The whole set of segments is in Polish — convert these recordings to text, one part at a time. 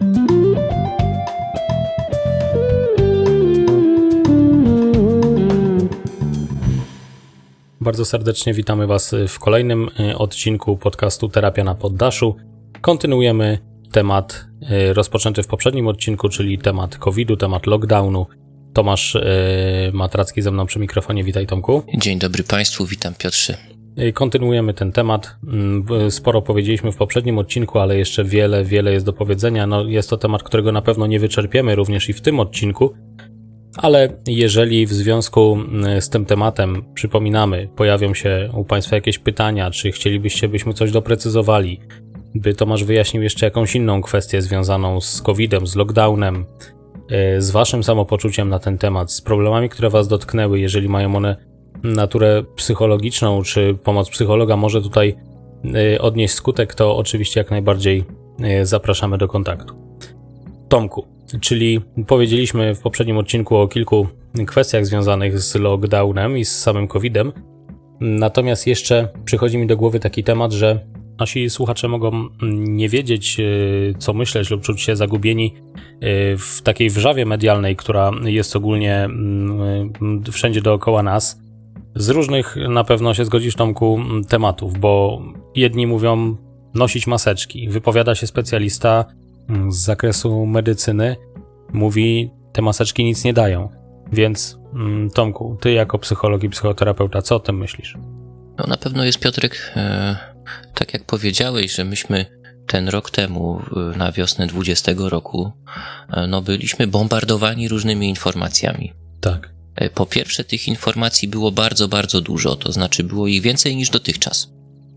Bardzo serdecznie witamy Was w kolejnym odcinku podcastu Terapia na Poddaszu. Kontynuujemy temat rozpoczęty w poprzednim odcinku, czyli temat COVID-u, temat lockdownu. Tomasz Matracki ze mną przy mikrofonie. Witaj, Tomku. Dzień dobry Państwu, witam Piotrze. Kontynuujemy ten temat. Sporo powiedzieliśmy w poprzednim odcinku, ale jeszcze wiele jest do powiedzenia. Jest to temat, którego na pewno nie wyczerpiemy również i w tym odcinku. Ale jeżeli w związku z tym tematem, przypominamy, pojawią się u Państwa jakieś pytania, czy chcielibyście, byśmy coś doprecyzowali, by Tomasz wyjaśnił jeszcze jakąś inną kwestię związaną z COVID-em, z lockdownem, z Waszym samopoczuciem na ten temat, z problemami, które Was dotknęły, jeżeli mają one naturę psychologiczną, czy pomoc psychologa może tutaj odnieść skutek, to oczywiście jak najbardziej zapraszamy do kontaktu. Tomku, czyli powiedzieliśmy w poprzednim odcinku o kilku kwestiach związanych z lockdownem i z samym COVID-em, natomiast jeszcze przychodzi mi do głowy taki temat, że nasi słuchacze mogą nie wiedzieć, co myśleć lub czuć się zagubieni w takiej wrzawie medialnej, która jest ogólnie wszędzie dookoła nas, z różnych, na pewno się zgodzisz, Tomku, tematów, bo jedni mówią nosić maseczki, wypowiada się specjalista z zakresu medycyny, mówi, te maseczki nic nie dają. Więc Tomku, ty jako psycholog i psychoterapeuta, co o tym myślisz? No na pewno jest, Piotrek, tak jak powiedziałeś, że myśmy ten rok temu, na wiosnę 20 roku, byliśmy bombardowani różnymi informacjami. Tak. Po pierwsze, tych informacji było bardzo dużo, to znaczy było ich więcej niż dotychczas.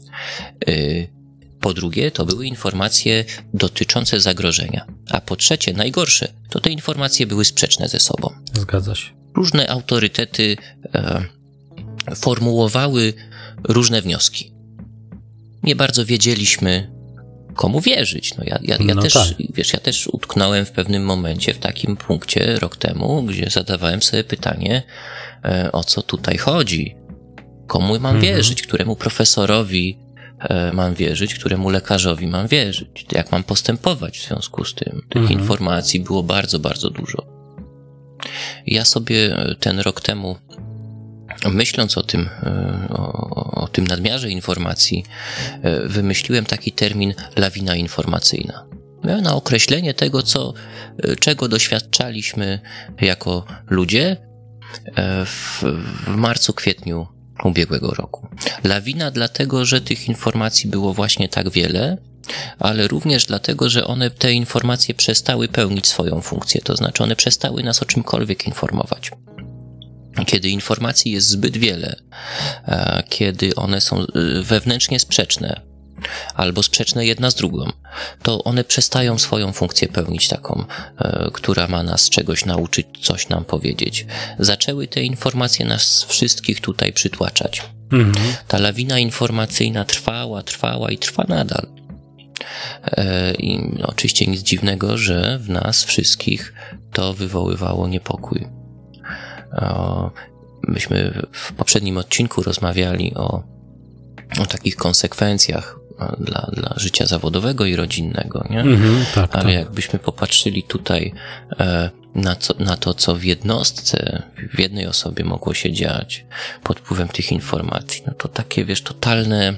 Po drugie, to były informacje dotyczące zagrożenia. A po trzecie, najgorsze, to te informacje były sprzeczne ze sobą. Zgadza się. Różne autorytety formułowały różne wnioski. Nie bardzo wiedzieliśmy, komu wierzyć. Ja też utknąłem w pewnym momencie w takim punkcie rok temu, gdzie zadawałem sobie pytanie, o co tutaj chodzi. Komu mam wierzyć? Któremu profesorowi mam wierzyć? Któremu lekarzowi mam wierzyć? Jak mam postępować w związku z tym? Tych informacji było bardzo dużo. Ja sobie ten rok temu, myśląc o tym nadmiarze informacji, wymyśliłem taki termin lawina informacyjna. Na określenie tego, czego doświadczaliśmy jako ludzie w marcu, kwietniu ubiegłego roku. Lawina dlatego, że tych informacji było właśnie tak wiele, ale również dlatego, że te informacje przestały pełnić swoją funkcję, to znaczy one przestały nas o czymkolwiek informować. Kiedy informacji jest zbyt wiele, kiedy one są wewnętrznie sprzeczne, albo sprzeczne jedna z drugą, to one przestają swoją funkcję pełnić taką, która ma nas czegoś nauczyć, coś nam powiedzieć. Zaczęły te informacje nas wszystkich tutaj przytłaczać. Ta lawina informacyjna trwała i trwa nadal. I oczywiście nic dziwnego, że w nas wszystkich to wywoływało niepokój. Myśmy w poprzednim odcinku rozmawiali o takich konsekwencjach dla życia zawodowego i rodzinnego, nie? Tak. Ale jakbyśmy popatrzyli tutaj na to, co w jednostce, w jednej osobie mogło się dziać pod wpływem tych informacji, no to takie, totalne,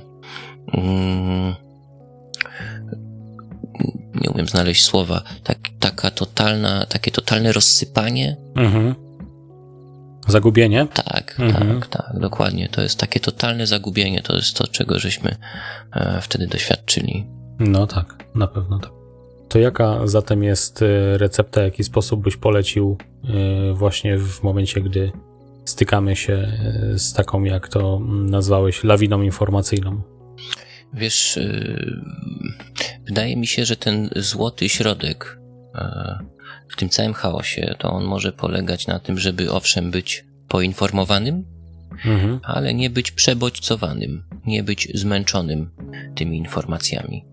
nie umiem znaleźć słowa, takie totalne rozsypanie. Zagubienie? Tak, dokładnie. To jest takie totalne zagubienie. To jest to, czego żeśmy wtedy doświadczyli. No tak, na pewno tak. To jaka zatem jest recepta, jaki sposób byś polecił właśnie w momencie, gdy stykamy się z taką, jak to nazwałeś, lawiną informacyjną? Wiesz, wydaje mi się, że ten złoty środek w tym całym chaosie, to on może polegać na tym, żeby owszem być poinformowanym, ale nie być przebodźcowanym, nie być zmęczonym tymi informacjami.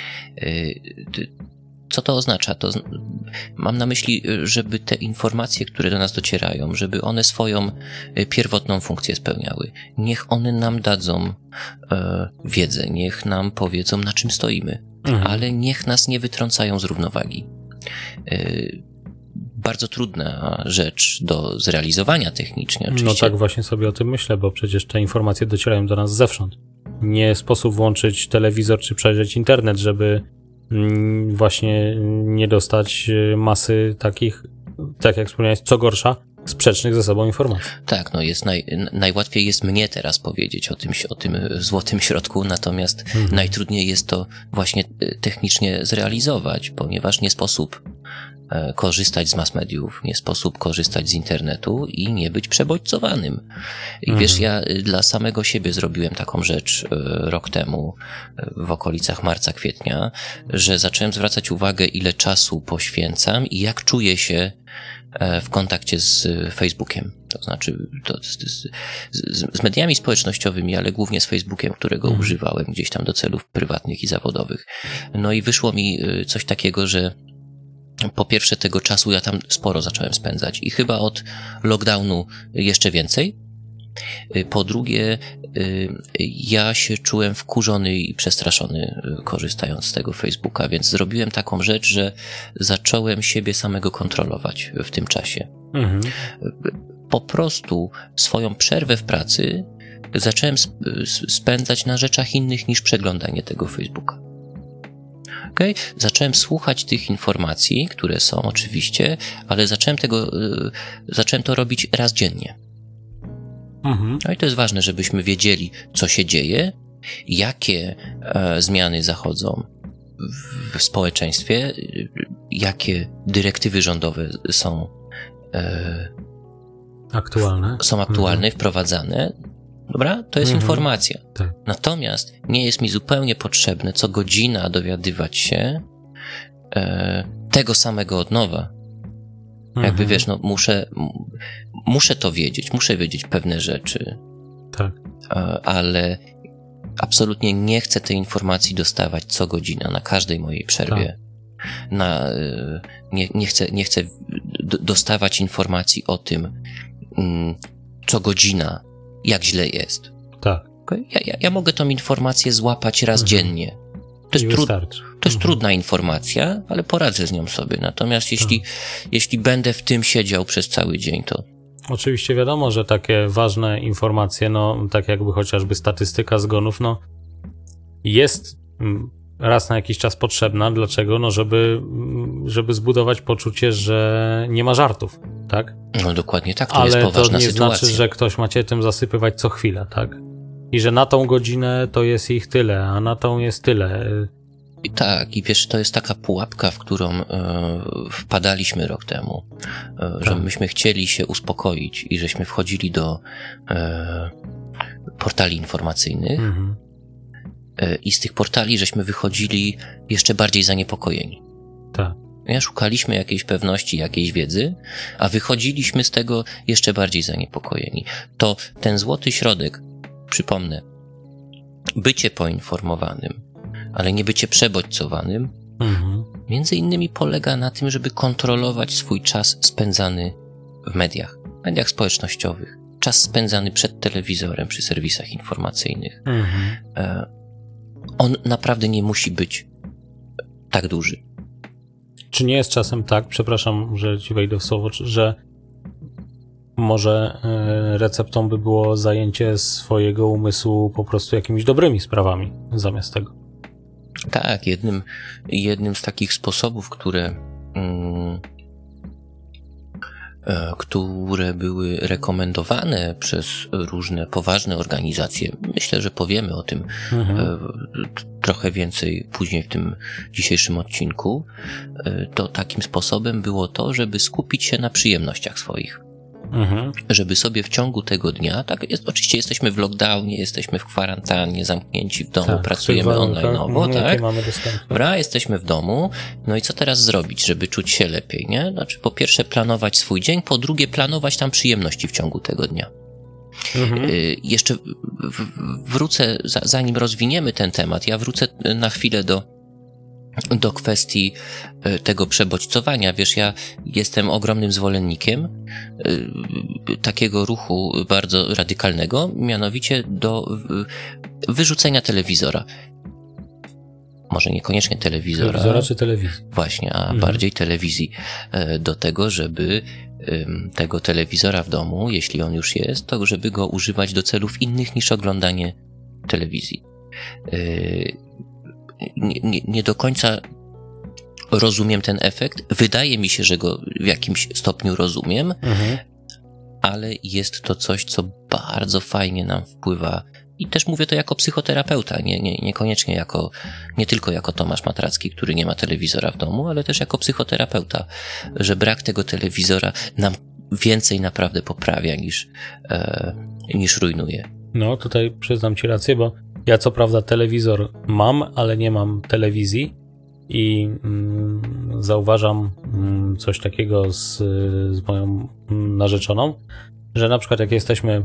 Co to oznacza? Mam na myśli, żeby te informacje, które do nas docierają, żeby one swoją pierwotną funkcję spełniały. Niech one nam dadzą wiedzę, niech nam powiedzą, na czym stoimy, ale niech nas nie wytrącają z równowagi. bardzo trudna rzecz do zrealizowania technicznie oczywiście. No tak właśnie sobie o tym myślę, bo przecież te informacje docierają do nas zewsząd. Nie sposób włączyć telewizor czy przejrzeć internet, żeby właśnie nie dostać masy takich, tak jak wspomniałeś, co gorsza, sprzecznych ze sobą informacji. Tak, no jest najłatwiej jest mnie teraz powiedzieć o tym złotym środku, natomiast najtrudniej jest to właśnie technicznie zrealizować, ponieważ nie sposób korzystać z mass mediów, nie sposób korzystać z internetu i nie być przebodźcowanym. I wiesz, ja dla samego siebie zrobiłem taką rzecz rok temu, w okolicach marca, kwietnia, że zacząłem zwracać uwagę, ile czasu poświęcam i jak czuję się w kontakcie z Facebookiem. To znaczy z mediami społecznościowymi, ale głównie z Facebookiem, którego używałem gdzieś tam do celów prywatnych i zawodowych. No i wyszło mi coś takiego, że po pierwsze tego czasu ja tam sporo zacząłem spędzać i chyba od lockdownu jeszcze więcej. Po drugie, ja się czułem wkurzony i przestraszony korzystając z tego Facebooka, więc zrobiłem taką rzecz, że zacząłem siebie samego kontrolować w tym czasie. Po prostu swoją przerwę w pracy zacząłem spędzać na rzeczach innych niż przeglądanie tego Facebooka. Okay? Zacząłem słuchać tych informacji, które są oczywiście, ale zacząłem to robić raz dziennie. No i to jest ważne, żebyśmy wiedzieli, co się dzieje, jakie zmiany zachodzą w społeczeństwie, jakie dyrektywy rządowe są aktualne, wprowadzane. Dobra? To jest informacja. Tak. Natomiast nie jest mi zupełnie potrzebne co godzina dowiadywać się tego samego od nowa. Jakby wiesz, no muszę to wiedzieć, muszę wiedzieć pewne rzeczy. Tak. Ale absolutnie nie chcę tej informacji dostawać co godzina, na każdej mojej przerwie. Tak. Nie chcę dostawać informacji o tym co godzina, jak źle jest. Tak. Ja mogę tą informację złapać raz dziennie. To jest trudna informacja, ale poradzę z nią sobie. Natomiast jeśli będę w tym siedział przez cały dzień, to... Oczywiście wiadomo, że takie ważne informacje, no tak jakby chociażby statystyka zgonów, no jest raz na jakiś czas potrzebna. Dlaczego? No żeby zbudować poczucie, że nie ma żartów, tak? No dokładnie tak, to jest poważna sytuacja. Ale to nie znaczy, że ktoś ma cię tym zasypywać co chwilę, tak? I że na tą godzinę to jest ich tyle, a na tą jest tyle. Tak, i wiesz, to jest taka pułapka, w którą wpadaliśmy rok temu, że myśmy chcieli się uspokoić i żeśmy wchodzili do portali informacyjnych i z tych portali żeśmy wychodzili jeszcze bardziej zaniepokojeni. Tak. Szukaliśmy jakiejś pewności, jakiejś wiedzy, a wychodziliśmy z tego jeszcze bardziej zaniepokojeni. To ten złoty środek, przypomnę, bycie poinformowanym, ale nie bycie przebodźcowanym, między innymi polega na tym, żeby kontrolować swój czas spędzany w mediach społecznościowych, czas spędzany przed telewizorem, przy serwisach informacyjnych. On naprawdę nie musi być tak duży. Czy nie jest czasem tak, przepraszam, że ci wejdę w słowo, że może receptą by było zajęcie swojego umysłu po prostu jakimiś dobrymi sprawami zamiast tego? Tak, jednym z takich sposobów, które były rekomendowane przez różne poważne organizacje, myślę, że powiemy o tym trochę więcej później w tym dzisiejszym odcinku, to takim sposobem było to, żeby skupić się na przyjemnościach swoich. Żeby sobie w ciągu tego dnia, oczywiście jesteśmy w lockdownie, jesteśmy w kwarantannie, zamknięci w domu, pracujemy online'owo, tak? Dobra, jesteśmy w domu, no i co teraz zrobić, żeby czuć się lepiej, nie? Znaczy, po pierwsze planować swój dzień, po drugie planować tam przyjemności w ciągu tego dnia. Jeszcze wrócę, zanim rozwiniemy ten temat, ja wrócę na chwilę do kwestii tego przebodźcowania. Wiesz, ja jestem ogromnym zwolennikiem takiego ruchu bardzo radykalnego, mianowicie do wyrzucenia telewizora. może niekoniecznie telewizora. Telewizora czy telewizji? Właśnie, a bardziej telewizji. Do tego, żeby tego telewizora w domu, jeśli on już jest, to żeby go używać do celów innych niż oglądanie telewizji. Nie do końca rozumiem ten efekt. Wydaje mi się, że go w jakimś stopniu rozumiem, ale jest to coś, co bardzo fajnie nam wpływa. I też mówię to jako psychoterapeuta, niekoniecznie nie tylko jako Tomasz Matracki, który nie ma telewizora w domu, ale też jako psychoterapeuta, że brak tego telewizora nam więcej naprawdę poprawia niż rujnuje. No, tutaj przyznam ci rację, bo ja co prawda telewizor mam, ale nie mam telewizji i zauważam coś takiego z moją narzeczoną, że na przykład jak jesteśmy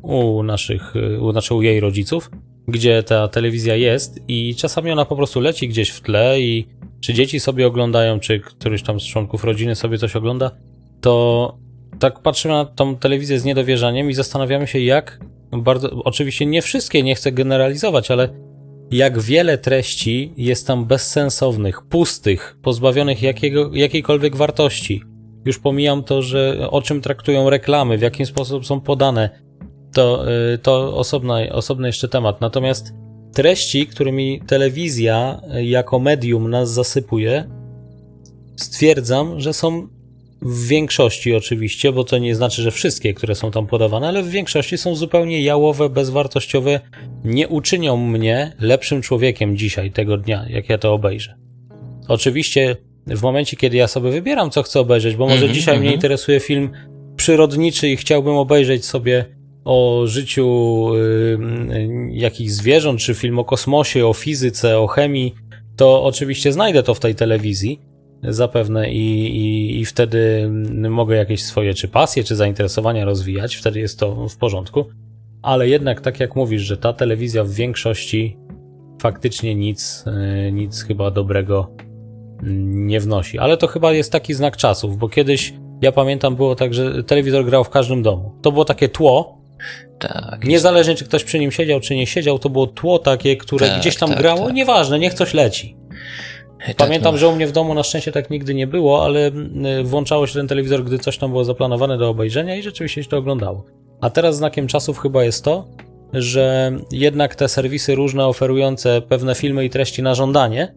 u jej rodziców, gdzie ta telewizja jest i czasami ona po prostu leci gdzieś w tle i czy dzieci sobie oglądają, czy któryś tam z członków rodziny sobie coś ogląda, to tak patrzymy na tą telewizję z niedowierzaniem i zastanawiamy się, jak bardzo, oczywiście nie wszystkie, nie chcę generalizować, ale jak wiele treści jest tam bezsensownych, pustych, pozbawionych jakiejkolwiek wartości. Już pomijam to, że o czym traktują reklamy, w jaki sposób są podane, to osobny jeszcze temat. Natomiast treści, którymi telewizja jako medium nas zasypuje, stwierdzam, że są w większości oczywiście, bo to nie znaczy, że wszystkie, które są tam podawane, ale w większości są zupełnie jałowe, bezwartościowe, nie uczynią mnie lepszym człowiekiem dzisiaj, tego dnia, jak ja to obejrzę. Oczywiście w momencie, kiedy ja sobie wybieram, co chcę obejrzeć, bo może dzisiaj mnie interesuje film przyrodniczy i chciałbym obejrzeć sobie o życiu jakichś zwierząt, czy film o kosmosie, o fizyce, o chemii, to oczywiście znajdę to w tej telewizji zapewne i wtedy mogę jakieś swoje czy pasje, czy zainteresowania rozwijać, wtedy jest to w porządku, ale jednak tak jak mówisz, że ta telewizja w większości faktycznie nic chyba dobrego nie wnosi, ale to chyba jest taki znak czasów, bo kiedyś ja pamiętam było tak, że telewizor grał w każdym domu. To było takie tło. Tak. Niezależnie czy ktoś przy nim siedział, czy nie siedział, to było tło takie, które gdzieś tam grało. Tak. Nieważne, niech coś leci. Pamiętam, że u mnie w domu na szczęście tak nigdy nie było, ale włączało się ten telewizor, gdy coś tam było zaplanowane do obejrzenia i rzeczywiście się to oglądało. A teraz znakiem czasów chyba jest to, że jednak te serwisy różne oferujące pewne filmy i treści na żądanie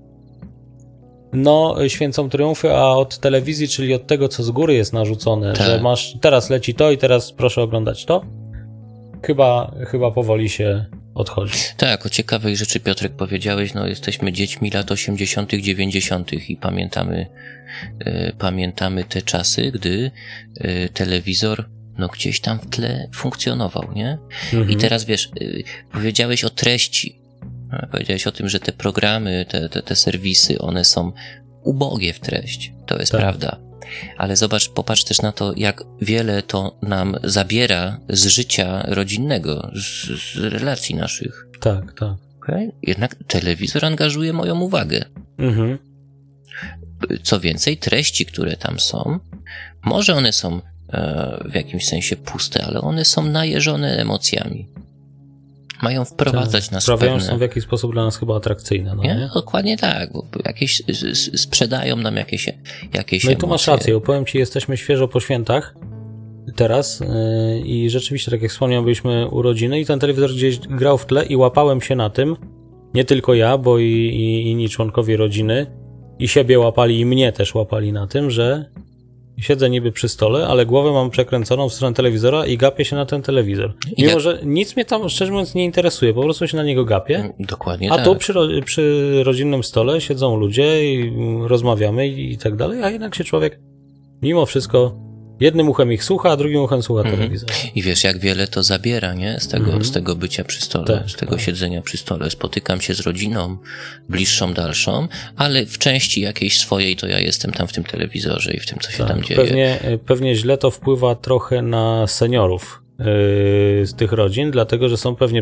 święcą triumfy, a od telewizji, czyli od tego, co z góry jest narzucone, że teraz leci to i teraz proszę oglądać to, chyba powoli się odchodzi. Tak, o ciekawej rzeczy, Piotrek, powiedziałeś, jesteśmy dziećmi lat 80., 90. i pamiętamy te czasy, gdy telewizor gdzieś tam w tle funkcjonował, nie? I teraz wiesz, powiedziałeś o treści. Powiedziałeś o tym, że te programy, te serwisy, one są ubogie w treść. To jest prawda. Ale popatrz też na to, jak wiele to nam zabiera z życia rodzinnego, z relacji naszych. Tak. Okay? Jednak telewizor angażuje moją uwagę. Co więcej, treści, które tam są, może one są w jakimś sensie puste, ale one są najeżone emocjami. Mają wprowadzać nas w pewne... są w jakiś sposób dla nas chyba atrakcyjne. Nie? Dokładnie tak, bo sprzedają nam jakieś emocje. I tu masz rację, powiem ci, jesteśmy świeżo po świętach teraz i rzeczywiście, tak jak wspomniałem, byliśmy urodziny i ten telewizor gdzieś grał w tle i łapałem się na tym, nie tylko ja, bo i inni członkowie rodziny i siebie łapali i mnie też łapali na tym, że siedzę niby przy stole, ale głowę mam przekręconą w stronę telewizora i gapię się na ten telewizor. Mimo, że nic mnie tam, szczerze mówiąc, nie interesuje, po prostu się na niego gapię. Dokładnie tak. A tu przy rodzinnym stole siedzą ludzie i rozmawiamy i tak dalej, a jednak się człowiek mimo wszystko jednym uchem ich słucha, a drugim uchem słucha telewizor. I wiesz, jak wiele to zabiera, nie? Z tego bycia przy stole, z tego siedzenia przy stole. Spotykam się z rodziną, bliższą, dalszą, ale w części jakiejś swojej to ja jestem tam w tym telewizorze i w tym, co się tam dzieje. Pewnie źle to wpływa trochę na seniorów z tych rodzin, dlatego, że są pewnie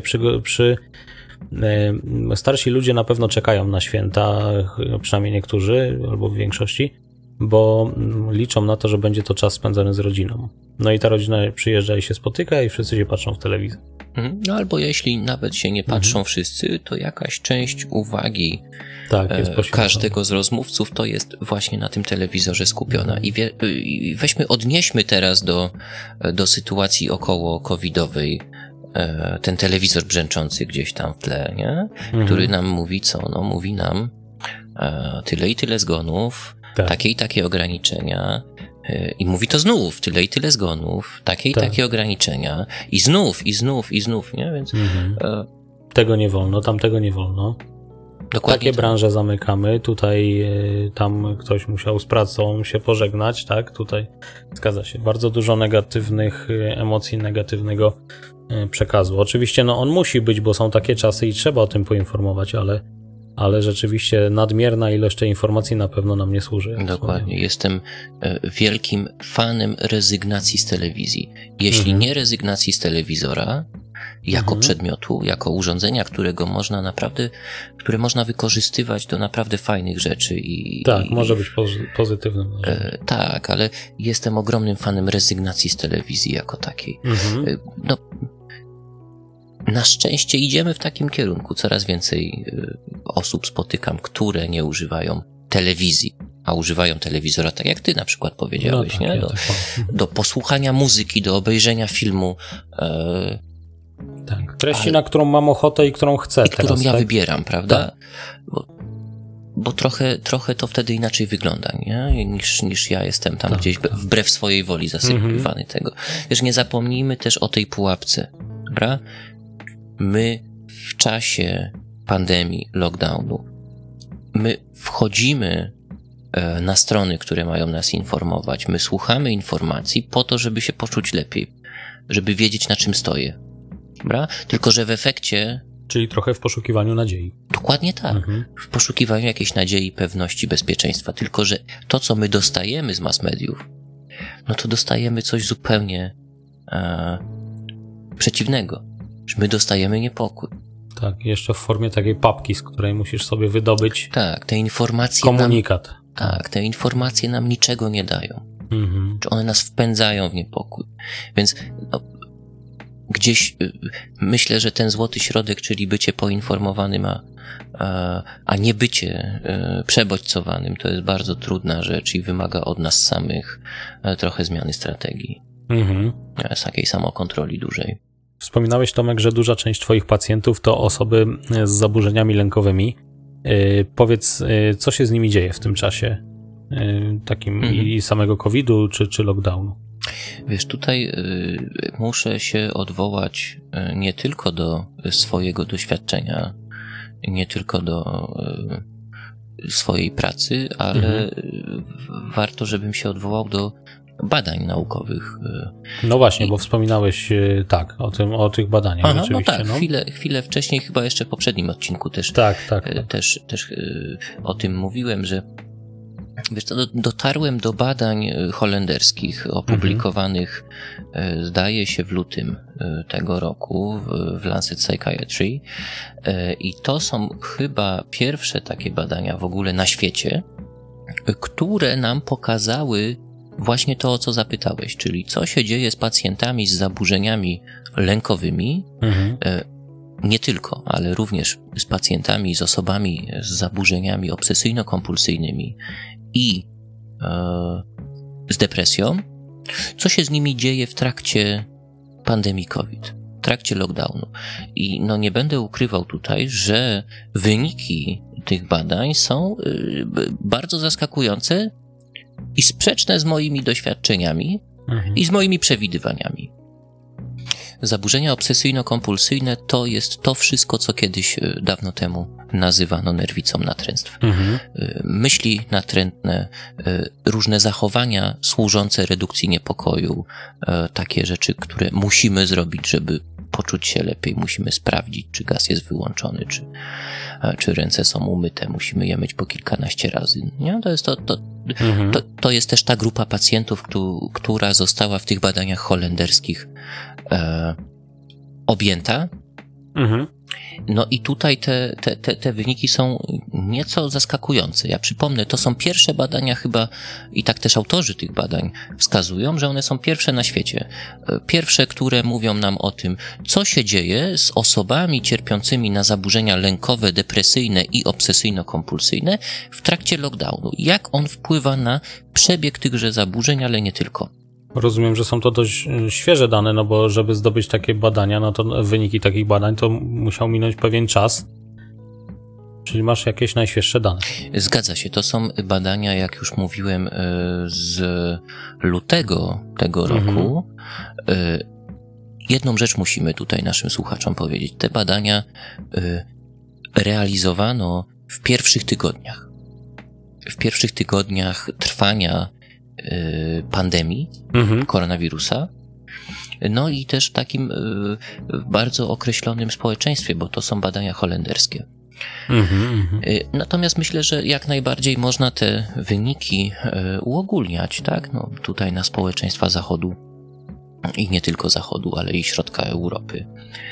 starsi ludzie na pewno czekają na święta, przynajmniej niektórzy, albo w większości, bo liczą na to, że będzie to czas spędzany z rodziną. No i ta rodzina przyjeżdża i się spotyka i wszyscy się patrzą w telewizor. No albo jeśli nawet się nie patrzą wszyscy, to jakaś część uwagi jest każdego z rozmówców to jest właśnie na tym telewizorze skupiona. I odnieśmy teraz do sytuacji około covidowej ten telewizor brzęczący gdzieś tam w tle, nie? Który nam mówi co? No mówi nam tyle i tyle zgonów, takie i takie ograniczenia. I mówi to znów, tyle i tyle zgonów, takie i takie ograniczenia, i znów, nie? Więc tego nie wolno, tamtego nie wolno. Dokładnie takie branże zamykamy, tutaj tam ktoś musiał z pracą się pożegnać, tak? Tutaj zgadza się, bardzo dużo negatywnych emocji, negatywnego przekazu. Oczywiście on musi być, bo są takie czasy i trzeba o tym poinformować, ale rzeczywiście nadmierna ilość tej informacji na pewno nam nie służy. Dokładnie. Jestem wielkim fanem rezygnacji z telewizji. Jeśli nie rezygnacji z telewizora, jako przedmiotu, jako urządzenia, które można wykorzystywać do naprawdę fajnych rzeczy. Może być pozytywnym. Tak, ale jestem ogromnym fanem rezygnacji z telewizji jako takiej. Na szczęście idziemy w takim kierunku. Coraz więcej osób spotykam, które nie używają telewizji, a używają telewizora, tak jak ty na przykład powiedziałeś, nie? Do posłuchania muzyki, do obejrzenia filmu. Treści, na którą mam ochotę i którą chcę. I którą ja wybieram, prawda? Bo trochę to wtedy inaczej wygląda, nie? Niż ja jestem tam gdzieś wbrew swojej woli zasypywany tego. Wiesz, nie zapomnijmy też o tej pułapce, dobra? My w czasie pandemii, lockdownu, my wchodzimy na strony, które mają nas informować. My słuchamy informacji po to, żeby się poczuć lepiej, żeby wiedzieć, na czym stoję. Dobra? Tylko że w efekcie... Czyli trochę w poszukiwaniu nadziei. Dokładnie tak. W poszukiwaniu jakiejś nadziei, pewności, bezpieczeństwa. Tylko że to, co my dostajemy z mass mediów, to dostajemy coś zupełnie przeciwnego. Że my dostajemy niepokój. Tak, jeszcze w formie takiej papki, z której musisz sobie wydobyć te informacje komunikat. Te informacje nam niczego nie dają. Czy one nas wpędzają w niepokój. Więc gdzieś myślę, że ten złoty środek, czyli bycie poinformowanym, a nie bycie przebodźcowanym, to jest bardzo trudna rzecz i wymaga od nas samych trochę zmiany strategii. Z takiej samokontroli dużej. Wspominałeś, Tomek, że duża część twoich pacjentów to osoby z zaburzeniami lękowymi. Powiedz, co się z nimi dzieje w tym czasie takim i samego COVID-u czy lockdownu? Wiesz, tutaj muszę się odwołać nie tylko do swojego doświadczenia, nie tylko do swojej pracy, ale warto, żebym się odwołał do badań naukowych. No właśnie, bo wspominałeś o tych badaniach rzeczywiście. Chwilę wcześniej, chyba jeszcze w poprzednim odcinku też o tym mówiłem, że wiesz, dotarłem do badań holenderskich opublikowanych zdaje się w lutym tego roku w Lancet Psychiatry i to są chyba pierwsze takie badania w ogóle na świecie, które nam pokazały właśnie to, o co zapytałeś, czyli co się dzieje z pacjentami z zaburzeniami lękowymi, nie tylko, ale również z pacjentami, z osobami z zaburzeniami obsesyjno-kompulsyjnymi i z depresją, co się z nimi dzieje w trakcie pandemii COVID, w trakcie lockdownu. I nie będę ukrywał tutaj, że wyniki tych badań są bardzo zaskakujące i sprzeczne z moimi doświadczeniami i z moimi przewidywaniami. Zaburzenia obsesyjno-kompulsyjne to jest to wszystko, co kiedyś dawno temu nazywano nerwicą natręstw. Myśli natrętne, różne zachowania służące redukcji niepokoju, takie rzeczy, które musimy zrobić, żeby poczuć się lepiej. Musimy sprawdzić, czy gaz jest wyłączony, czy ręce są umyte. Musimy je myć po kilkanaście razy. Nie? To jest też ta grupa pacjentów, która została w tych badaniach holenderskich objęta. No i tutaj te wyniki są nieco zaskakujące. Ja przypomnę, to są pierwsze badania chyba, i tak też autorzy tych badań wskazują, że one są pierwsze na świecie. Pierwsze, które mówią nam o tym, co się dzieje z osobami cierpiącymi na zaburzenia lękowe, depresyjne i obsesyjno-kompulsyjne w trakcie lockdownu. Jak on wpływa na przebieg tychże zaburzeń, ale nie tylko. Rozumiem, że są to dość świeże dane, no bo żeby zdobyć takie badania, no to wyniki takich badań, to musiał minąć pewien czas. Czyli masz jakieś najświeższe dane. Zgadza się, to są badania, jak już mówiłem, z lutego tego roku. Jedną rzecz musimy tutaj naszym słuchaczom powiedzieć. Te badania realizowano w pierwszych tygodniach. W pierwszych tygodniach trwania pandemii koronawirusa, no i też w takim bardzo określonym społeczeństwie, bo to są badania holenderskie. Natomiast myślę, że jak najbardziej można te wyniki uogólniać, tak? No, tutaj na społeczeństwa Zachodu i nie tylko Zachodu, ale i środka Europy.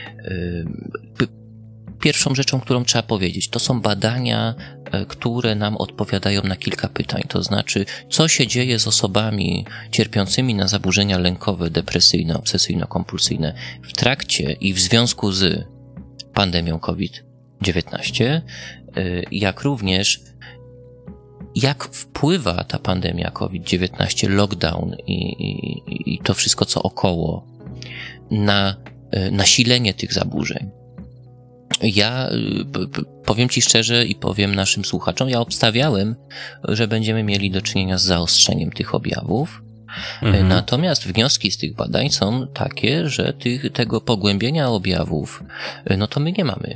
Pierwszą rzeczą, którą trzeba powiedzieć, to są badania, które nam odpowiadają na kilka pytań. To znaczy, co się dzieje z osobami cierpiącymi na zaburzenia lękowe, depresyjne, obsesyjno-kompulsyjne w trakcie i w związku z pandemią COVID-19, jak również jak wpływa ta pandemia COVID-19, lockdown i to wszystko, co około, na nasilenie tych zaburzeń. Ja powiem Ci szczerze i powiem naszym słuchaczom, ja obstawiałem, że będziemy mieli do czynienia z zaostrzeniem tych objawów. Natomiast wnioski z tych badań są takie, że tego pogłębienia objawów, no to my nie mamy.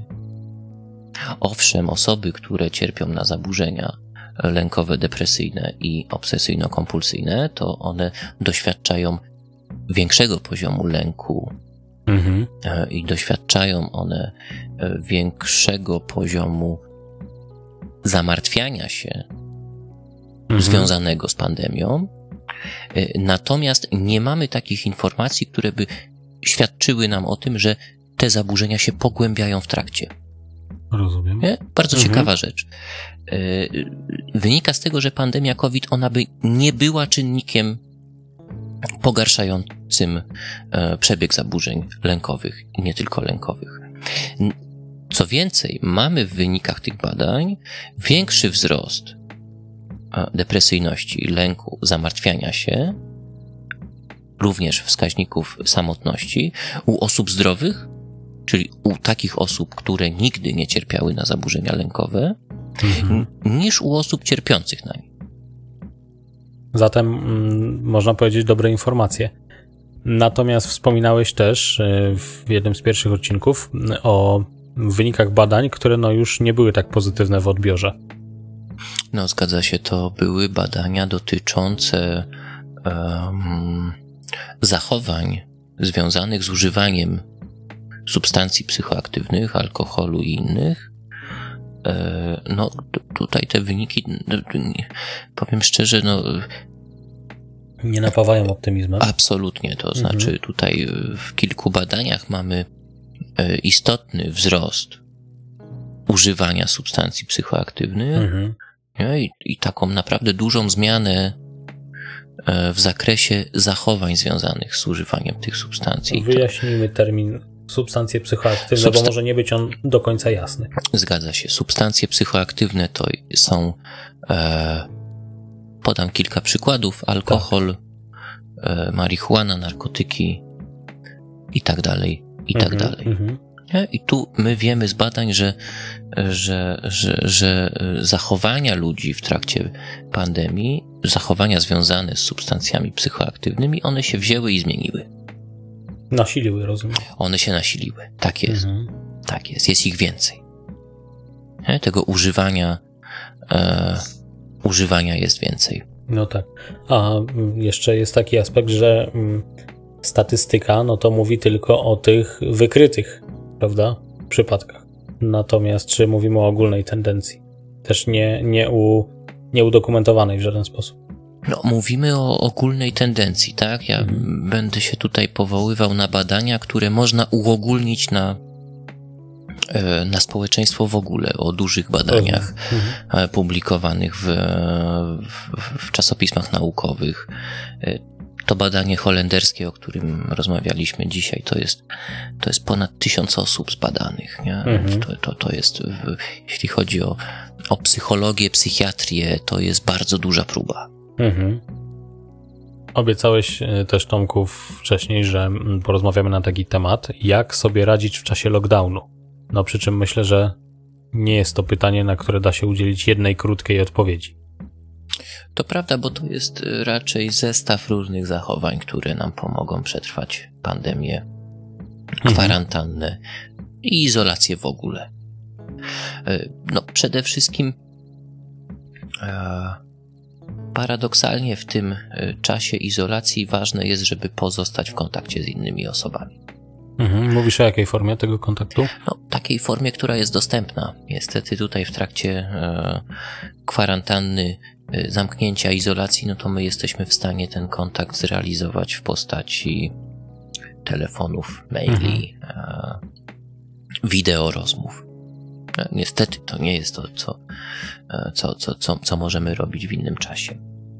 Owszem, osoby, które cierpią na zaburzenia lękowe, depresyjne i obsesyjno-kompulsyjne, to one doświadczają większego poziomu lęku i doświadczają one większego poziomu zamartwiania się związanego z pandemią. Natomiast nie mamy takich informacji, które by świadczyły nam o tym, że te zaburzenia się pogłębiają w trakcie. Rozumiem. Nie? Bardzo ciekawa rzecz. Wynika z tego, że pandemia COVID, ona by nie była czynnikiem pogarszającym przebieg zaburzeń lękowych i nie tylko lękowych. Co więcej, mamy w wynikach tych badań większy wzrost depresyjności, lęku, zamartwiania się, również wskaźników samotności u osób zdrowych, czyli u takich osób, które nigdy nie cierpiały na zaburzenia lękowe, niż u osób cierpiących na nie. Zatem można powiedzieć dobre informacje. Natomiast wspominałeś też w jednym z pierwszych odcinków o wynikach badań, które no już nie były tak pozytywne w odbiorze. No, zgadza się, to były badania dotyczące zachowań związanych z używaniem substancji psychoaktywnych, alkoholu i innych. No, tutaj te wyniki, powiem szczerze, no... Nie napawają optymizmem. Absolutnie, to znaczy tutaj w kilku badaniach mamy istotny wzrost używania substancji psychoaktywnych i taką naprawdę dużą zmianę w zakresie zachowań związanych z używaniem tych substancji. Wyjaśnijmy termin substancje psychoaktywne, bo może nie być on do końca jasny. Zgadza się. Substancje psychoaktywne to są, podam kilka przykładów, alkohol, marihuana, narkotyki i tak dalej, i tak dalej. I tu my wiemy z badań, że zachowania ludzi w trakcie pandemii, zachowania związane z substancjami psychoaktywnymi, one się wzięły i zmieniły. Nasiliły, rozumiem. One się nasiliły. Tak jest. Tak jest. Jest ich więcej. Tego używania jest więcej. No tak. A jeszcze jest taki aspekt, że statystyka, no to mówi tylko o tych wykrytych, prawda, przypadkach. Natomiast czy mówimy o ogólnej tendencji? Też nie udokumentowanej w żaden sposób. No, mówimy o ogólnej tendencji, tak? Ja będę się tutaj powoływał na badania, które można uogólnić na na społeczeństwo w ogóle, o dużych badaniach publikowanych w czasopismach naukowych. To badanie holenderskie, o którym rozmawialiśmy dzisiaj, to jest ponad 1000 osób zbadanych. Nie? To jest, jeśli chodzi o psychologię, psychiatrię, to jest bardzo duża próba. Obiecałeś też, Tomku, wcześniej, że porozmawiamy na taki temat, jak sobie radzić w czasie lockdownu. No przy czym myślę, że nie jest to pytanie, na które da się udzielić jednej krótkiej odpowiedzi. To prawda, bo to jest raczej zestaw różnych zachowań, które nam pomogą przetrwać pandemię, kwarantannę i izolację w ogóle. No przede wszystkim paradoksalnie w tym czasie izolacji ważne jest, żeby pozostać w kontakcie z innymi osobami. Mówisz o jakiej formie tego kontaktu? No, takiej formie, która jest dostępna. Niestety tutaj w trakcie kwarantanny, zamknięcia, izolacji, no to my jesteśmy w stanie ten kontakt zrealizować w postaci telefonów, maili, wideo rozmów. Niestety to nie jest to, co możemy robić w innym czasie.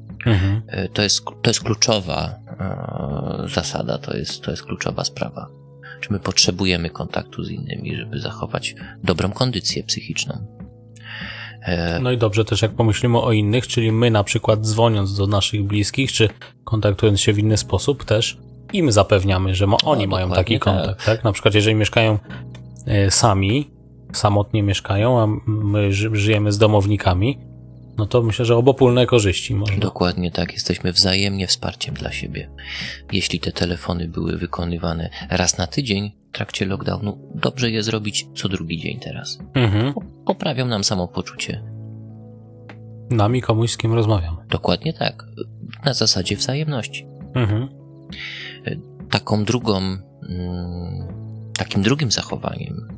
To jest kluczowa zasada, to jest kluczowa sprawa. Czy my potrzebujemy kontaktu z innymi, żeby zachować dobrą kondycję psychiczną. No i dobrze też, jak pomyślimy o innych, czyli my na przykład dzwoniąc do naszych bliskich, czy kontaktując się w inny sposób też im zapewniamy, że oni mają taki kontakt. Tak? Na przykład jeżeli mieszkają sami, samotnie mieszkają, a my żyjemy z domownikami, no to myślę, że obopólne korzyści można. Dokładnie tak, jesteśmy wzajemnie wsparciem dla siebie. Jeśli te telefony były wykonywane raz na tydzień w trakcie lockdownu, dobrze je zrobić co drugi dzień teraz. Poprawią nam samopoczucie. Nami komuś, z kim rozmawiamy. Dokładnie tak, na zasadzie wzajemności. Takim drugim zachowaniem,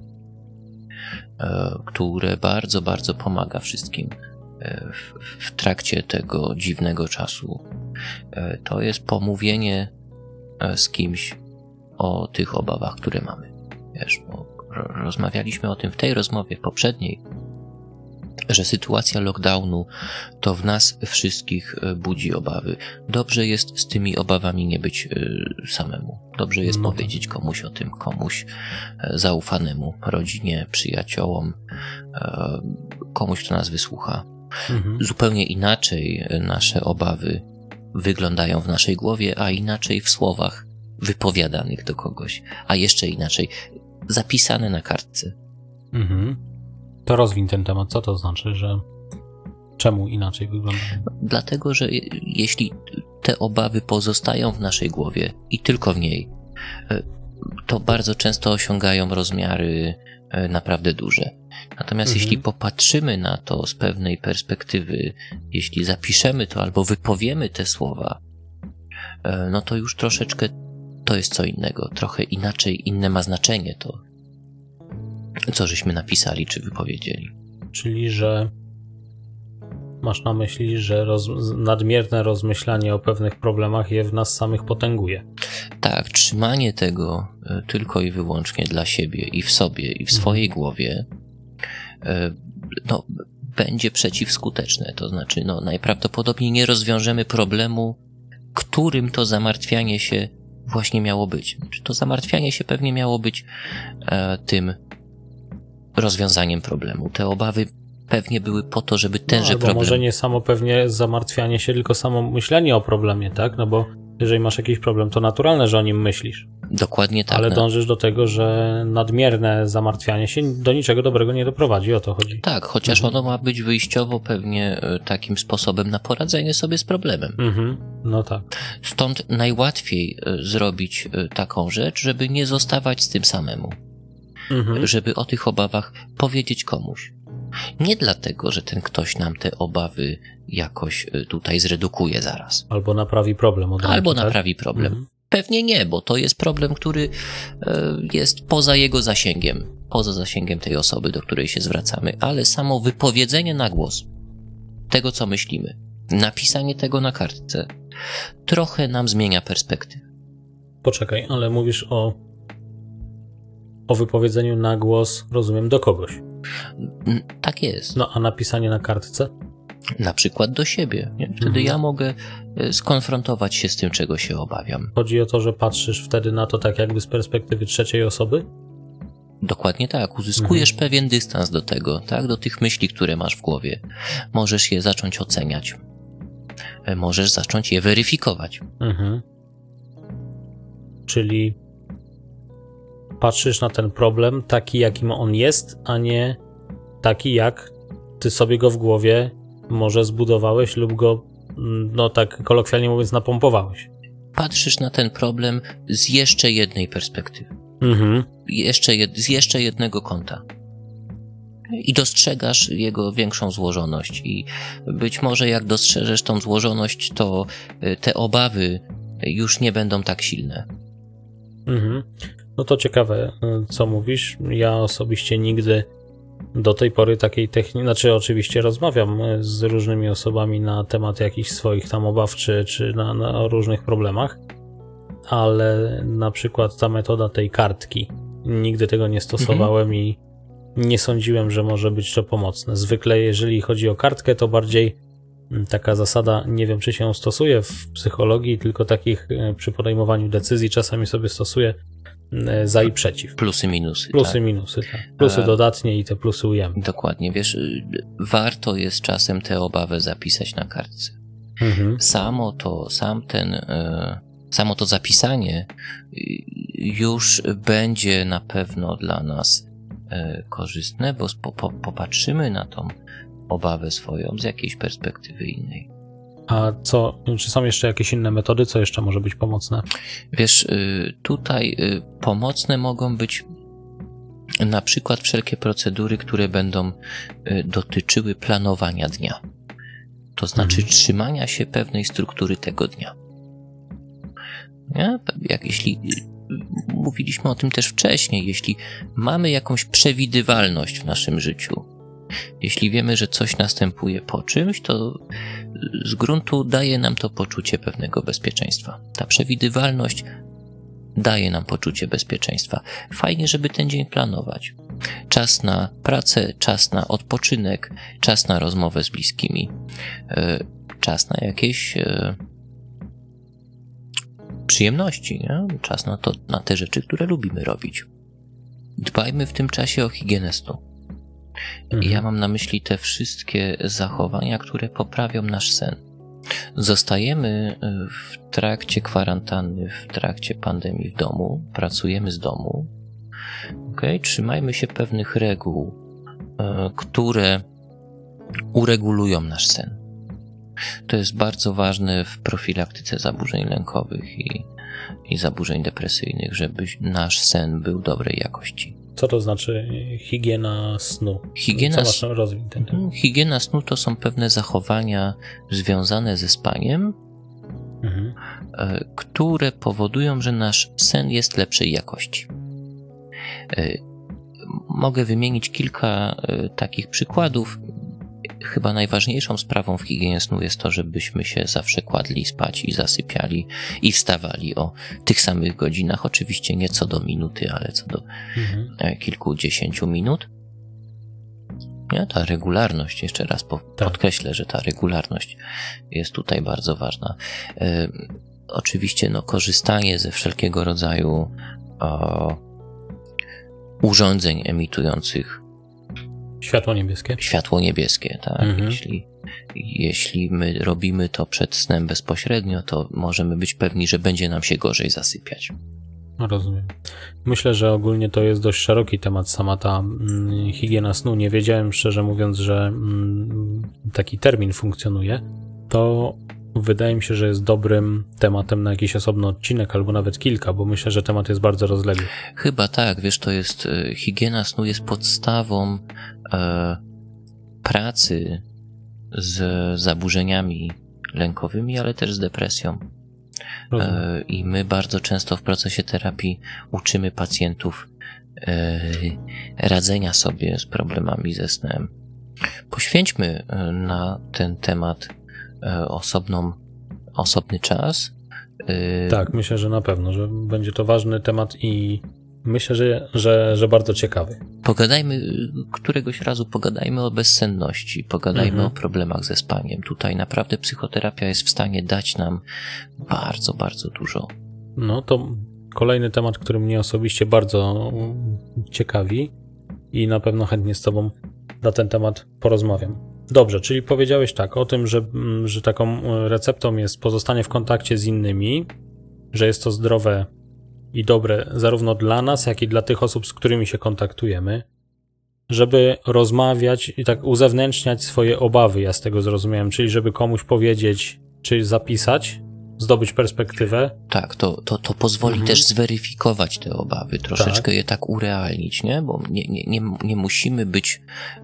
które bardzo, bardzo pomaga wszystkim w trakcie tego dziwnego czasu, to jest pomówienie z kimś o tych obawach, które mamy. Wiesz, bo rozmawialiśmy o tym w tej rozmowie poprzedniej, że sytuacja lockdownu to w nas wszystkich budzi obawy. Dobrze jest z tymi obawami nie być samemu. Dobrze jest powiedzieć komuś o tym, komuś zaufanemu, rodzinie, przyjaciołom, komuś, kto nas wysłucha. Zupełnie inaczej nasze obawy wyglądają w naszej głowie, a inaczej w słowach wypowiadanych do kogoś, a jeszcze inaczej zapisane na kartce. To rozwiń ten temat. Co to znaczy, że czemu inaczej wyglądają? Dlatego, że jeśli te obawy pozostają w naszej głowie i tylko w niej, to bardzo często osiągają rozmiary naprawdę duże. Natomiast jeśli popatrzymy na to z pewnej perspektywy, jeśli zapiszemy to albo wypowiemy te słowa, no to już troszeczkę to jest co innego. Trochę inaczej, inne ma znaczenie to, co żeśmy napisali czy wypowiedzieli. Czyli, że masz na myśli, że nadmierne rozmyślanie o pewnych problemach je w nas samych potęguje. Tak, trzymanie tego tylko i wyłącznie dla siebie i w sobie i w swojej głowie będzie przeciwskuteczne. To znaczy, najprawdopodobniej nie rozwiążemy problemu, którym to zamartwianie się właśnie miało być. Czy to zamartwianie się pewnie miało być tym rozwiązaniem problemu. Te obawy pewnie były po to, żeby tenże problem... może nie samo pewnie zamartwianie się, tylko samo myślenie o problemie, tak? No bo jeżeli masz jakiś problem, to naturalne, że o nim myślisz. Dokładnie tak. Ale dążysz do tego, że nadmierne zamartwianie się do niczego dobrego nie doprowadzi, o to chodzi. Tak, chociaż ono ma być wyjściowo pewnie takim sposobem na poradzenie sobie z problemem. No tak. Stąd najłatwiej zrobić taką rzecz, żeby nie zostawać z tym samemu. Żeby o tych obawach powiedzieć komuś. Nie dlatego, że ten ktoś nam te obawy jakoś tutaj zredukuje zaraz. Albo naprawi problem od razu. Albo naprawi problem. Pewnie nie, bo to jest problem, który jest poza jego zasięgiem. Poza zasięgiem tej osoby, do której się zwracamy. Ale samo wypowiedzenie na głos tego, co myślimy, napisanie tego na kartce, trochę nam zmienia perspektywę. Poczekaj, ale mówisz o o wypowiedzeniu na głos, rozumiem, do kogoś. Tak jest. No, a napisanie na kartce? Na przykład do siebie. Nie? Wtedy ja mogę skonfrontować się z tym, czego się obawiam. Chodzi o to, że patrzysz wtedy na to tak jakby z perspektywy trzeciej osoby? Dokładnie tak. Uzyskujesz pewien dystans do tego, tak? Do tych myśli, które masz w głowie. Możesz je zacząć oceniać. Możesz zacząć je weryfikować. Czyli patrzysz na ten problem taki, jakim on jest, a nie taki, jak ty sobie go w głowie może zbudowałeś lub go, no tak kolokwialnie mówiąc, napompowałeś. Patrzysz na ten problem z jeszcze jednej perspektywy. Z jeszcze jednego kąta. I dostrzegasz jego większą złożoność. I być może jak dostrzeżesz tą złożoność, to te obawy już nie będą tak silne. No to ciekawe, co mówisz. Ja osobiście nigdy do tej pory takiej techniki, znaczy oczywiście rozmawiam z różnymi osobami na temat jakichś swoich tam obaw, czy na różnych problemach, ale na przykład ta metoda tej kartki, nigdy tego nie stosowałem i nie sądziłem, że może być to pomocne. Zwykle jeżeli chodzi o kartkę, to bardziej taka zasada, nie wiem czy się stosuje w psychologii, tylko takich przy podejmowaniu decyzji czasami sobie stosuję za i przeciw. Plusy, minusy. Minusy, tak. Plusy dodatnie i te plusy ujemne. Dokładnie, wiesz, warto jest czasem tę obawę zapisać na kartce. Samo to zapisanie już będzie na pewno dla nas korzystne, bo popatrzymy na tą obawę swoją z jakiejś perspektywy innej. A czy są jeszcze jakieś inne metody, co jeszcze może być pomocne? Wiesz, tutaj pomocne mogą być na przykład wszelkie procedury, które będą dotyczyły planowania dnia. To znaczy trzymania się pewnej struktury tego dnia. Nie? Jeśli mówiliśmy o tym też wcześniej, jeśli mamy jakąś przewidywalność w naszym życiu, jeśli wiemy, że coś następuje po czymś, to z gruntu daje nam to poczucie pewnego bezpieczeństwa. Ta przewidywalność daje nam poczucie bezpieczeństwa. Fajnie, żeby ten dzień planować. Czas na pracę, czas na odpoczynek, czas na rozmowę z bliskimi, czas na jakieś przyjemności, nie? Czas na te rzeczy, które lubimy robić. Dbajmy w tym czasie o higienę snu. Ja mam na myśli te wszystkie zachowania, które poprawią nasz sen. Zostajemy w trakcie kwarantanny, w trakcie pandemii w domu, pracujemy z domu. Trzymajmy się pewnych reguł, które uregulują nasz sen. To jest bardzo ważne w profilaktyce zaburzeń lękowych i zaburzeń depresyjnych, żeby nasz sen był dobrej jakości. Co to znaczy higiena snu? Higiena snu to są pewne zachowania związane ze spaniem, które powodują, że nasz sen jest lepszej jakości. Mogę wymienić kilka takich przykładów. Chyba najważniejszą sprawą w higienie snu jest to, żebyśmy się zawsze kładli spać i zasypiali i wstawali o tych samych godzinach. Oczywiście nie co do minuty, ale co do kilkudziesięciu minut. Nie? Ta regularność, jeszcze raz podkreślę, że ta regularność jest tutaj bardzo ważna. Oczywiście korzystanie ze wszelkiego rodzaju urządzeń emitujących Światło niebieskie, tak. Jeśli my robimy to przed snem bezpośrednio, to możemy być pewni, że będzie nam się gorzej zasypiać. Rozumiem. Myślę, że ogólnie to jest dość szeroki temat, sama ta higiena snu. Nie wiedziałem, szczerze mówiąc, że taki termin funkcjonuje. To wydaje mi się, że jest dobrym tematem na jakiś osobny odcinek, albo nawet kilka, bo myślę, że temat jest bardzo rozległy. Chyba tak, wiesz, to jest higiena snu jest podstawą pracy z zaburzeniami lękowymi, ale też z depresją. I my bardzo często w procesie terapii uczymy pacjentów radzenia sobie z problemami ze snem. Poświęćmy na ten temat osobny czas. Tak, myślę, że na pewno, że będzie to ważny temat i Myślę, że bardzo ciekawy. Któregoś razu pogadajmy o bezsenności, pogadajmy o problemach ze spaniem. Tutaj naprawdę psychoterapia jest w stanie dać nam bardzo, bardzo dużo. No to kolejny temat, który mnie osobiście bardzo ciekawi i na pewno chętnie z tobą na ten temat porozmawiam. Dobrze, czyli powiedziałeś tak o tym, że taką receptą jest pozostanie w kontakcie z innymi, że jest to zdrowe i dobre zarówno dla nas, jak i dla tych osób, z którymi się kontaktujemy, żeby rozmawiać i tak uzewnętrzniać swoje obawy, ja z tego zrozumiałem, czyli żeby komuś powiedzieć, czy zapisać, zdobyć perspektywę. Tak, to pozwoli też zweryfikować te obawy, troszeczkę je tak urealnić, nie? Bo nie musimy być...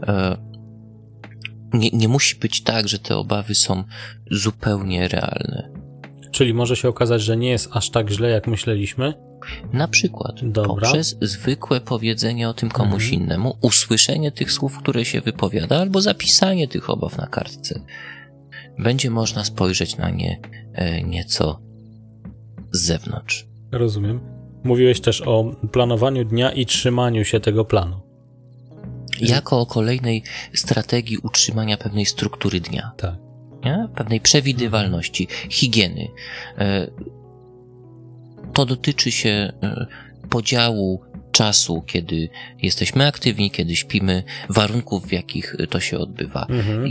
Nie musi być tak, że te obawy są zupełnie realne. Czyli może się okazać, że nie jest aż tak źle, jak myśleliśmy? Na przykład poprzez zwykłe powiedzenie o tym komuś innemu, usłyszenie tych słów, które się wypowiada, albo zapisanie tych obaw na kartce. Będzie można spojrzeć na nie nieco z zewnątrz. Rozumiem. Mówiłeś też o planowaniu dnia i trzymaniu się tego planu. Jako o kolejnej strategii utrzymania pewnej struktury dnia. Tak. Nie? Pewnej przewidywalności, higieny. To dotyczy się podziału czasu, kiedy jesteśmy aktywni, kiedy śpimy, warunków, w jakich to się odbywa.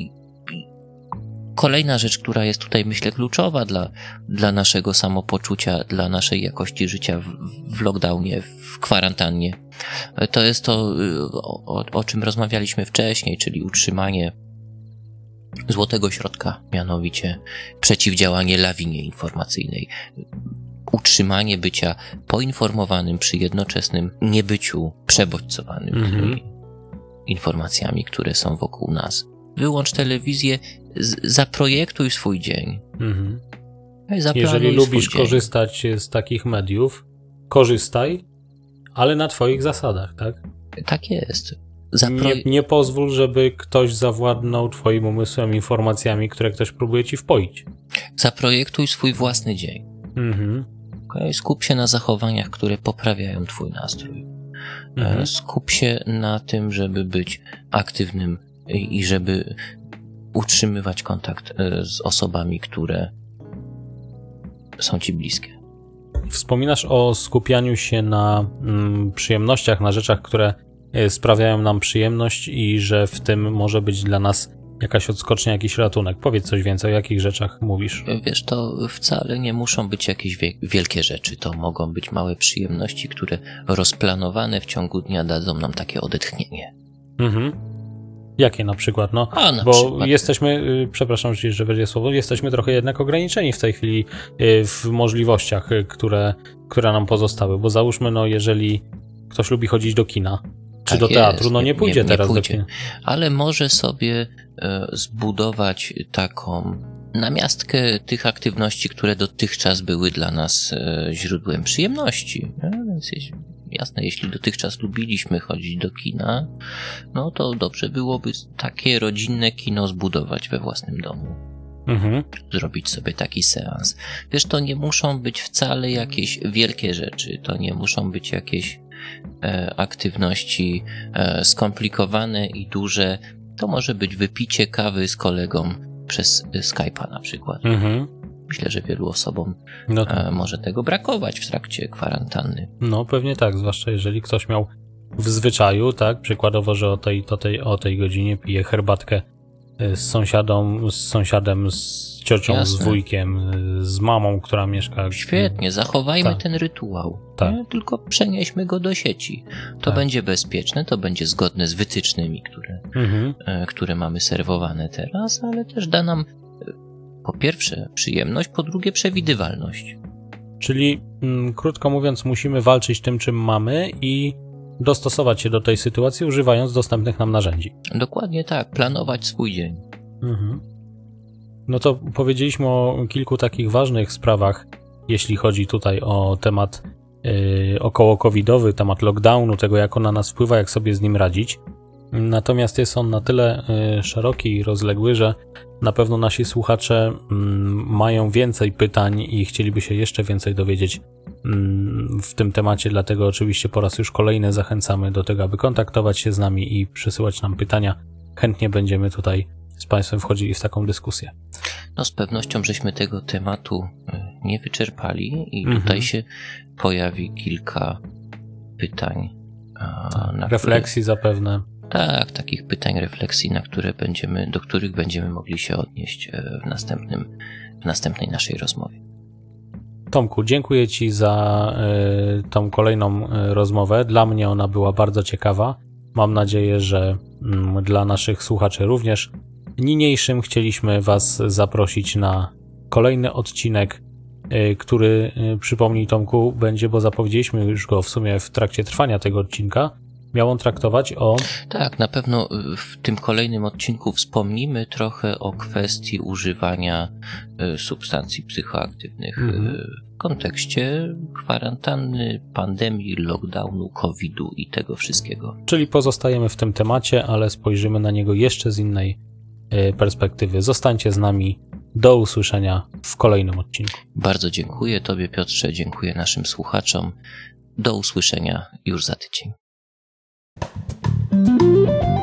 Kolejna rzecz, która jest tutaj, myślę, kluczowa dla naszego samopoczucia, dla naszej jakości życia w lockdownie, w kwarantannie, to jest to, o czym rozmawialiśmy wcześniej, czyli utrzymanie złotego środka, mianowicie przeciwdziałanie lawinie informacyjnej. Utrzymanie bycia poinformowanym przy jednoczesnym niebyciu przebodźcowanym tymi informacjami, które są wokół nas. Wyłącz telewizję, zaprojektuj swój dzień. Jeżeli lubisz korzystać z takich mediów, korzystaj, ale na twoich zasadach, tak? Tak jest. Nie pozwól, żeby ktoś zawładnął twoim umysłem, informacjami, które ktoś próbuje ci wpoić. Zaprojektuj swój własny dzień. Okay? Skup się na zachowaniach, które poprawiają twój nastrój. Skup się na tym, żeby być aktywnym i żeby utrzymywać kontakt z osobami, które są ci bliskie. Wspominasz o skupianiu się na przyjemnościach, na rzeczach, które sprawiają nam przyjemność i że w tym może być dla nas jakaś odskocznia, jakiś ratunek. Powiedz coś więcej, o jakich rzeczach mówisz? Wiesz, to wcale nie muszą być jakieś wielkie rzeczy. To mogą być małe przyjemności, które rozplanowane w ciągu dnia dadzą nam takie odetchnienie. Jakie na przykład? No, bo jesteśmy, przepraszam, że będzie słowo, jesteśmy trochę jednak ograniczeni w tej chwili w możliwościach, które nam pozostały, bo załóżmy, no jeżeli ktoś lubi chodzić do kina, czy tak do teatru, jest, no nie pójdzie teraz pójdzie. do kina. Ale może sobie zbudować taką namiastkę tych aktywności, które dotychczas były dla nas źródłem przyjemności. Więc jasne, jeśli dotychczas lubiliśmy chodzić do kina, no to dobrze byłoby takie rodzinne kino zbudować we własnym domu. Zrobić sobie taki seans. Wiesz, to nie muszą być wcale jakieś wielkie rzeczy, to nie muszą być jakieś aktywności skomplikowane i duże. To może być wypicie kawy z kolegą przez Skype'a na przykład. Myślę, że wielu osobom może tego brakować w trakcie kwarantanny. No pewnie tak, zwłaszcza jeżeli ktoś miał w zwyczaju, tak, przykładowo, że o tej godzinie pije herbatkę z sąsiadem, z ciocią, jasne, z wujkiem, z mamą, która mieszka... Świetnie, zachowajmy ten rytuał. Tak. Tylko przenieśmy go do sieci. To będzie bezpieczne, to będzie zgodne z wytycznymi, które mamy serwowane teraz, ale też da nam po pierwsze przyjemność, po drugie przewidywalność. Czyli krótko mówiąc, musimy walczyć tym, czym mamy i dostosować się do tej sytuacji, używając dostępnych nam narzędzi. Dokładnie tak, planować swój dzień. No to powiedzieliśmy o kilku takich ważnych sprawach, jeśli chodzi tutaj o temat około-covidowy, temat lockdownu, tego jak on na nas wpływa, jak sobie z nim radzić. Natomiast jest on na tyle szeroki i rozległy, że na pewno nasi słuchacze mają więcej pytań i chcieliby się jeszcze więcej dowiedzieć w tym temacie, dlatego oczywiście po raz już kolejny zachęcamy do tego, aby kontaktować się z nami i przysyłać nam pytania. Chętnie będziemy tutaj z Państwem wchodzili w taką dyskusję. No z pewnością żeśmy tego tematu nie wyczerpali i tutaj się pojawi kilka pytań. Refleksji zapewne. Tak, takich pytań, refleksji, do których będziemy mogli się odnieść w następnej naszej rozmowie. Tomku, dziękuję Ci za tą kolejną rozmowę. Dla mnie ona była bardzo ciekawa. Mam nadzieję, że dla naszych słuchaczy również. Niniejszym chcieliśmy Was zaprosić na kolejny odcinek, który, przypomnij Tomku, będzie, bo zapowiedzieliśmy już go w sumie w trakcie trwania tego odcinka. Miał on traktować o... Tak, na pewno w tym kolejnym odcinku wspomnimy trochę o kwestii używania substancji psychoaktywnych w kontekście kwarantanny, pandemii, lockdownu, COVID-u i tego wszystkiego. Czyli pozostajemy w tym temacie, ale spojrzymy na niego jeszcze z innej perspektywy. Zostańcie z nami. Do usłyszenia w kolejnym odcinku. Bardzo dziękuję Tobie, Piotrze, dziękuję naszym słuchaczom. Do usłyszenia już za tydzień.